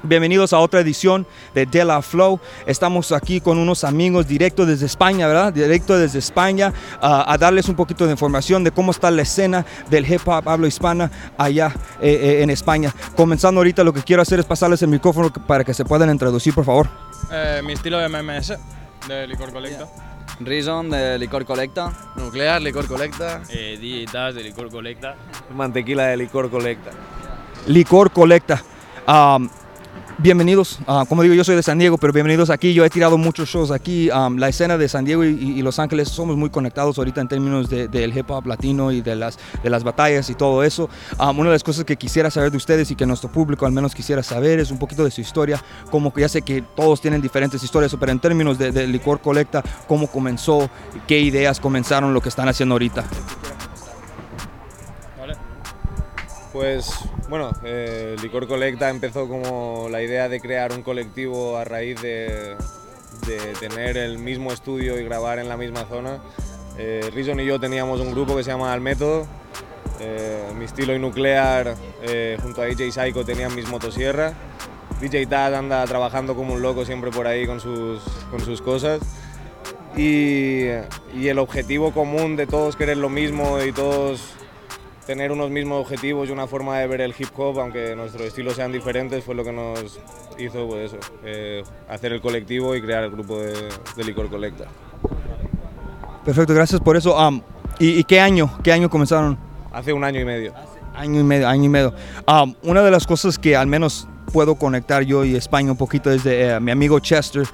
Bienvenidos a otra edición de La Flow. Estamos aquí con unos amigos directo desde España, ¿verdad? Directo desde España, a darles un poquito de información de cómo está la escena del hip hop habla hispana allá en España. Comenzando ahorita, lo que quiero hacer es pasarles el micrófono para que se puedan introducir, por favor. Mi estilo de MMS, de Licor Colecta. Reason, de Licor Colecta. Nuclear, Licor Colecta. Digitas, de Licor Colecta. Mantequilla, de Licor Colecta. Licor Colecta. Bienvenidos, como digo, yo soy de San Diego, pero bienvenidos aquí. Yo he tirado muchos shows aquí. La escena de San Diego y Los Ángeles somos muy conectados ahorita en términos del hip hop latino y de las batallas y todo eso. Una de las cosas que quisiera saber de ustedes y que nuestro público al menos quisiera saber es un poquito de su historia. Como que ya sé que todos tienen diferentes historias, pero en términos de Licor Colecta, cómo comenzó, qué ideas comenzaron lo que están haciendo ahorita. Pues bueno, Licor Colecta empezó como la idea de crear un colectivo a raíz de tener el mismo estudio y grabar en la misma zona. Reason y yo teníamos un grupo que se llama El Método. Mi estilo y Nuclear junto a DJ Psycho tenían mis motosierras. DJ Tad anda trabajando como un loco siempre por ahí con sus cosas. Y el objetivo común de todos querer lo mismo y todos tener unos mismos objetivos y una forma de ver el hip hop, aunque nuestros estilos sean diferentes, fue lo que nos hizo pues eso, hacer el colectivo y crear el grupo de Licor Colecta. Perfecto, gracias por eso. ¿Y qué año comenzaron? Hace un año y medio. Año y medio. Una de las cosas que al menos puedo conectar yo y España un poquito es de mi amigo Chester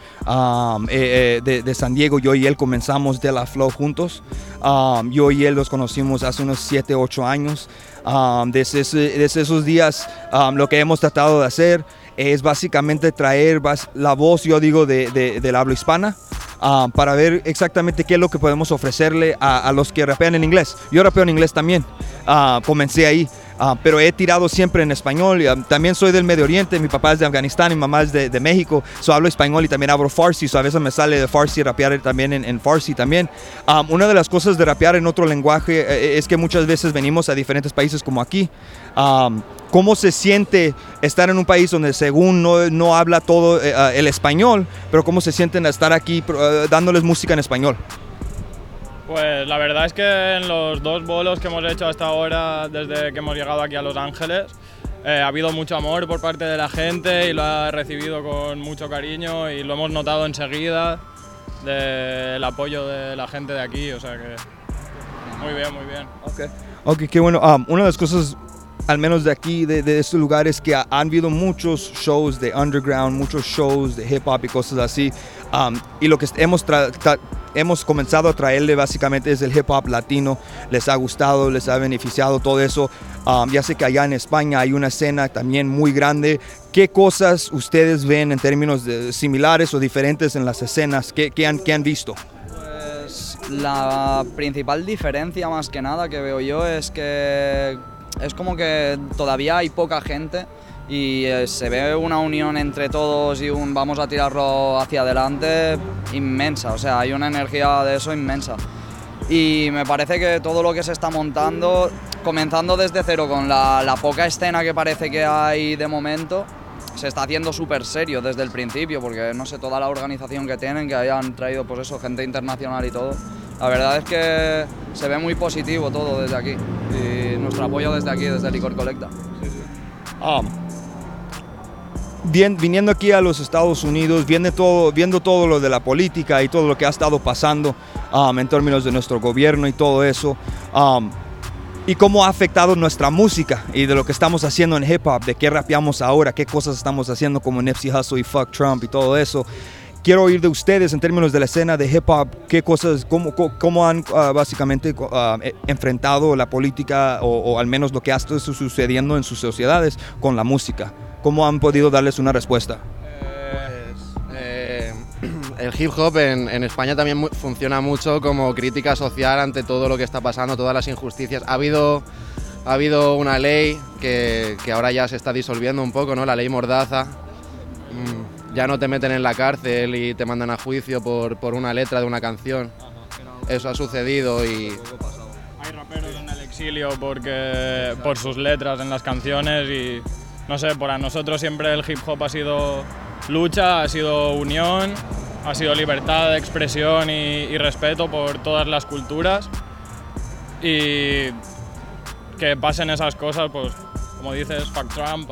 de San Diego. Yo y él comenzamos de La Flow juntos. Yo y él los conocimos hace unos 7, 8 años. Desde esos días lo que hemos tratado de hacer es básicamente traer la voz, yo digo, del habla hispana. Para ver exactamente qué es lo que podemos ofrecerle a los que rapean en inglés. Yo rapeo en inglés también, comencé ahí, pero he tirado siempre en español. También soy del Medio Oriente, mi papá es de Afganistán, mi mamá es de México, hablo español y también hablo farsi, a veces me sale de farsi rapear también en farsi también. Una de las cosas de rapear en otro lenguaje es que muchas veces venimos a diferentes países como aquí. ¿Cómo se siente estar en un país donde según no habla todo el español, pero cómo se sienten estar aquí dándoles música en español? Pues la verdad es que en los 2 bolos que hemos hecho hasta ahora, desde que hemos llegado aquí a Los Ángeles, ha habido mucho amor por parte de la gente y lo ha recibido con mucho cariño y lo hemos notado enseguida del apoyo de la gente de aquí, o sea que muy bien, muy bien. Ok, qué bueno. Una de las cosas, al menos de aquí, de estos lugares, que han habido muchos shows de underground, muchos shows de hip hop y cosas así, y lo que hemos comenzado a traerle básicamente es el hip hop latino. Les ha gustado, les ha beneficiado todo eso. Ya sé que allá en España hay una escena también muy grande. ¿Qué cosas ustedes ven en términos similares o diferentes en las escenas? ¿Qué han visto? Pues la principal diferencia más que nada que veo yo es que es como que todavía hay poca gente y se ve una unión entre todos y vamos a tirarlo hacia adelante inmensa, o sea, hay una energía de eso inmensa. Y me parece que todo lo que se está montando, comenzando desde cero con la poca escena que parece que hay de momento, se está haciendo súper serio desde el principio, porque no sé, toda la organización que tienen, que hayan traído pues eso, gente internacional y todo. La verdad es que se ve muy positivo todo desde aquí y nuestro apoyo desde aquí, desde Licor Colecta. Viniendo aquí a los Estados Unidos, viendo todo lo de la política y todo lo que ha estado pasando en términos de nuestro gobierno y todo eso, y cómo ha afectado nuestra música y de lo que estamos haciendo en hip hop, de qué rapeamos ahora, qué cosas estamos haciendo como Nipsey Hussle y Fuck Trump y todo eso. Quiero oír de ustedes en términos de la escena de hip hop, qué cosas, cómo han básicamente enfrentado la política o al menos lo que ha estado sucediendo en sus sociedades con la música. ¿Cómo han podido darles una respuesta? El hip hop en España también funciona mucho como crítica social ante todo lo que está pasando, todas las injusticias. Ha habido una ley que ahora ya se está disolviendo un poco, ¿no? La ley Mordaza. Ya no te meten en la cárcel y te mandan a juicio por una letra de una canción. Eso ha sucedido y... Hay raperos en el exilio por sus letras en las canciones y no sé, para nosotros siempre el hip hop ha sido lucha, ha sido unión, ha sido libertad de expresión y respeto por todas las culturas, y que pasen esas cosas, pues como dices, fuck Trump.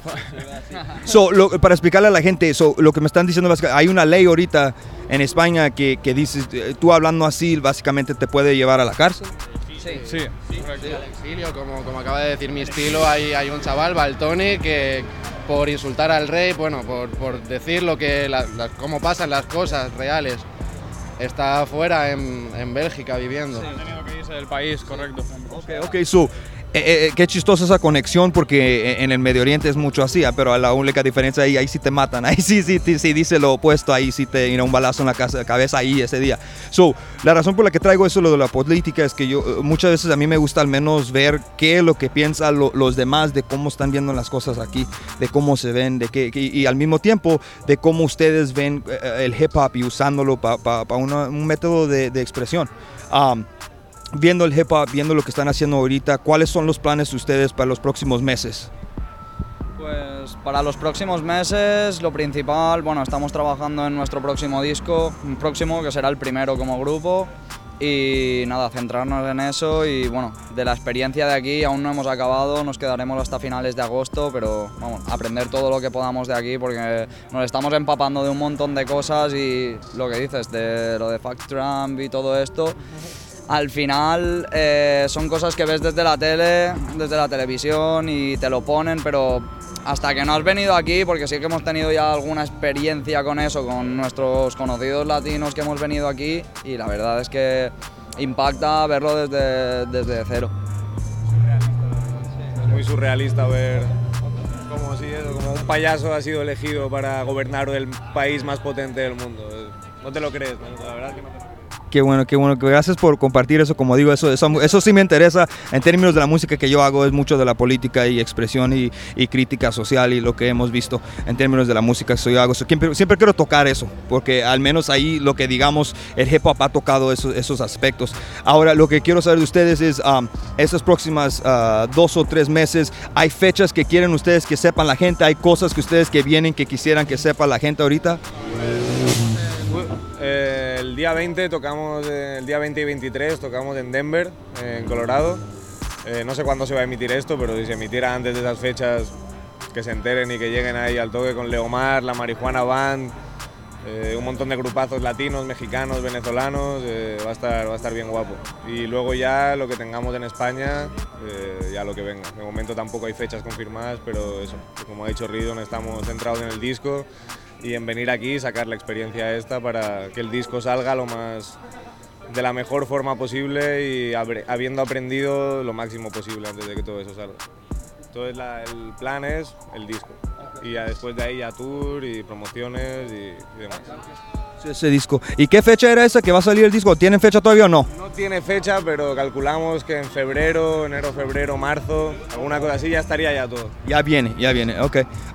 Para explicarle a la gente, lo que me están diciendo es que hay una ley ahorita en España que dice, tú hablando así básicamente te puede llevar a la cárcel. Sí, correcto. Al exilio, como acaba de decir mi estilo, hay un chaval, Baltoni, que por insultar al rey, bueno, por decir cómo pasan las cosas reales, está afuera en Bélgica viviendo. Sí, ha tenido que irse del país, correcto. Ok, qué chistosa esa conexión, porque en el Medio Oriente es mucho así, pero la única diferencia ahí sí te matan, ahí sí dice lo opuesto, ahí sí te un balazo en la cabeza ahí ese día. La razón por la que traigo eso, lo de la política, es que yo muchas veces a mí me gusta al menos ver qué es lo que piensan los demás de cómo están viendo las cosas aquí, de cómo se ven, y al mismo tiempo de cómo ustedes ven el hip hop y usándolo para un método de expresión. Viendo el hip hop, viendo lo que están haciendo ahorita, ¿cuáles son los planes de ustedes para los próximos meses? Pues para los próximos meses, lo principal, bueno, estamos trabajando en nuestro próximo disco, que será el primero como grupo, y nada, centrarnos en eso. Y bueno, de la experiencia de aquí aún no hemos acabado, nos quedaremos hasta finales de agosto, pero vamos, aprender todo lo que podamos de aquí, porque nos estamos empapando de un montón de cosas, y lo que dices, de lo de Fuck Trump y todo esto, al final son cosas que ves desde la tele, desde la televisión, y te lo ponen, pero hasta que no has venido aquí, porque sí que hemos tenido ya alguna experiencia con eso, con nuestros conocidos latinos que hemos venido aquí, y la verdad es que impacta verlo desde cero. Es muy surrealista ver como un payaso ha sido elegido para gobernar el país más potente del mundo. No te lo crees, ¿no? La verdad es que no te lo crees. Qué bueno, gracias por compartir eso. Como digo, eso sí me interesa. En términos de la música que yo hago, es mucho de la política y expresión y crítica social, y lo que hemos visto en términos de la música que yo hago. Siempre quiero tocar eso, porque al menos ahí lo que digamos, el hip hop ha tocado esos aspectos. Ahora, lo que quiero saber de ustedes es, estas próximas 2 o 3 meses, ¿hay fechas que quieren ustedes que sepan la gente? ¿Hay cosas que ustedes que vienen que quisieran que sepa la gente ahorita? El día 20 tocamos, el día 20 y 23 tocamos en Denver, en Colorado. No sé cuándo se va a emitir esto, pero si se emitiera antes de esas fechas, que se enteren y que lleguen ahí al toque con Leomar, la Marihuana Band, un montón de grupazos latinos, mexicanos, venezolanos, va a estar bien guapo. Y luego ya lo que tengamos en España, ya lo que venga. De momento tampoco hay fechas confirmadas, pero eso, como ha dicho Ridon, estamos centrados en el disco y en venir aquí y sacar la experiencia esta para que el disco salga de la mejor forma posible y habiendo aprendido lo máximo posible antes de que todo eso salga. Entonces el plan es el disco, y ya después de ahí ya tour y promociones y demás. Ese disco. ¿Y qué fecha era esa que va a salir el disco? ¿Tienen fecha todavía o no? No tiene fecha, pero calculamos que en febrero, enero, febrero, marzo, alguna cosa así, ya estaría ya todo. Ya viene, ok.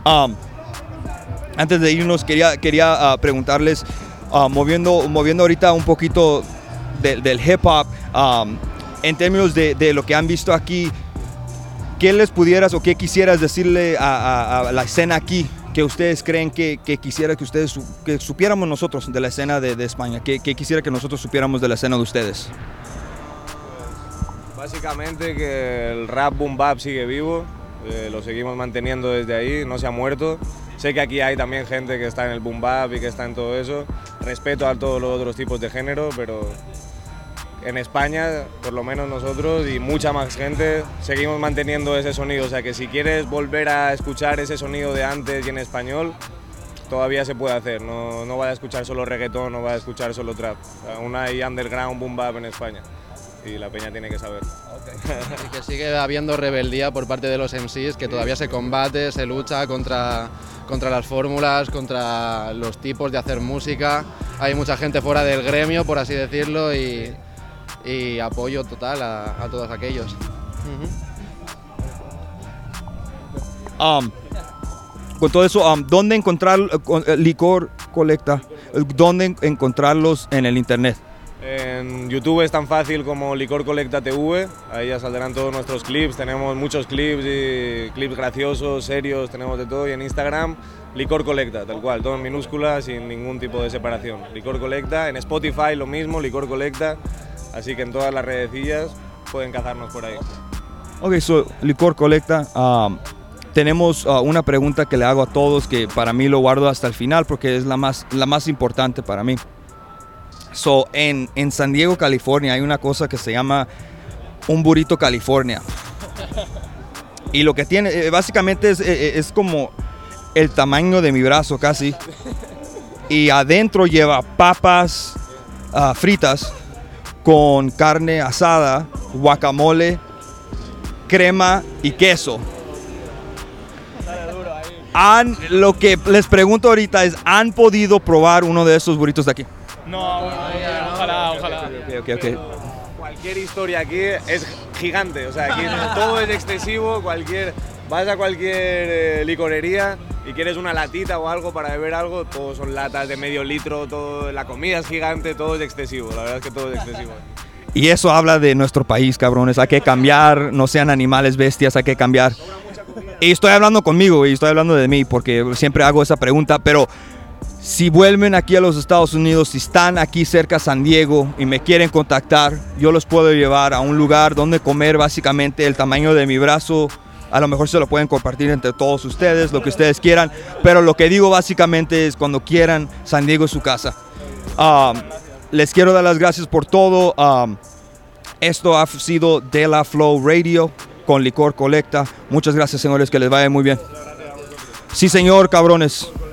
Antes de irnos, quería preguntarles, moviendo ahorita un poquito del hip hop, en términos de lo que han visto aquí, ¿qué les pudieras o qué quisieras decirle a la escena aquí, que ustedes creen que quisiera que supiéramos nosotros de la escena de España? ¿Qué quisiera que nosotros supiéramos de la escena de ustedes? Pues, básicamente que el rap boom bap sigue vivo, lo seguimos manteniendo desde ahí, no se ha muerto. Sé que aquí hay también gente que está en el boom bap y que está en todo eso. Respeto a todos los otros tipos de género, pero en España, por lo menos nosotros y mucha más gente, seguimos manteniendo ese sonido. O sea que si quieres volver a escuchar ese sonido de antes y en español, todavía se puede hacer. No vas a escuchar solo reggaetón, no vas a escuchar solo trap. Aún hay underground boom bap en España y la peña tiene que saber. Y que sigue habiendo rebeldía por parte de los MCs, que todavía se combate, se lucha contra las fórmulas, contra los tipos de hacer música. Hay mucha gente fuera del gremio, por así decirlo, y apoyo total a todos aquellos. Con todo eso, ¿dónde encontrar Licor Colecta? ¿Dónde encontrarlos en el internet? En En YouTube es tan fácil como Licor Colecta TV, ahí ya saldrán todos nuestros clips, tenemos muchos clips y clips graciosos, serios, tenemos de todo, y en Instagram Licor Colecta, tal cual, todo en minúsculas, sin ningún tipo de separación. Licor Colecta, en Spotify lo mismo, Licor Colecta, así que en todas las redecillas pueden cazarnos por ahí. Ok, so Licor Colecta, tenemos una pregunta que le hago a todos, que para mí lo guardo hasta el final porque es la más importante para mí. So, en San Diego, California, hay una cosa que se llama un burrito California. Y lo que tiene, básicamente es como el tamaño de mi brazo casi. Y adentro lleva papas fritas con carne asada, guacamole, crema y queso. Lo que les pregunto ahorita es, ¿han podido probar uno de esos burritos de aquí? No, ojalá. Okay. Cualquier historia aquí es gigante, o sea, aquí todo es excesivo, vas a cualquier licorería y quieres una latita o algo para beber algo, todos son latas de medio litro, todo, la comida es gigante, todo es excesivo, la verdad es que todo es excesivo. Y eso habla de nuestro país, cabrones, hay que cambiar, no sean animales bestias, hay que cambiar. Y estoy hablando conmigo y estoy hablando de mí porque siempre hago esa pregunta, pero si vuelven aquí a los Estados Unidos, si están aquí cerca de San Diego y me quieren contactar, yo los puedo llevar a un lugar donde comer básicamente el tamaño de mi brazo. A lo mejor se lo pueden compartir entre todos ustedes, lo que ustedes quieran, pero lo que digo básicamente es cuando quieran, San Diego es su casa. Les quiero dar las gracias por todo. Esto ha sido De La Flow Radio con Licor Colecta. Muchas gracias, señores, que les vaya muy bien. Sí, señor, cabrones.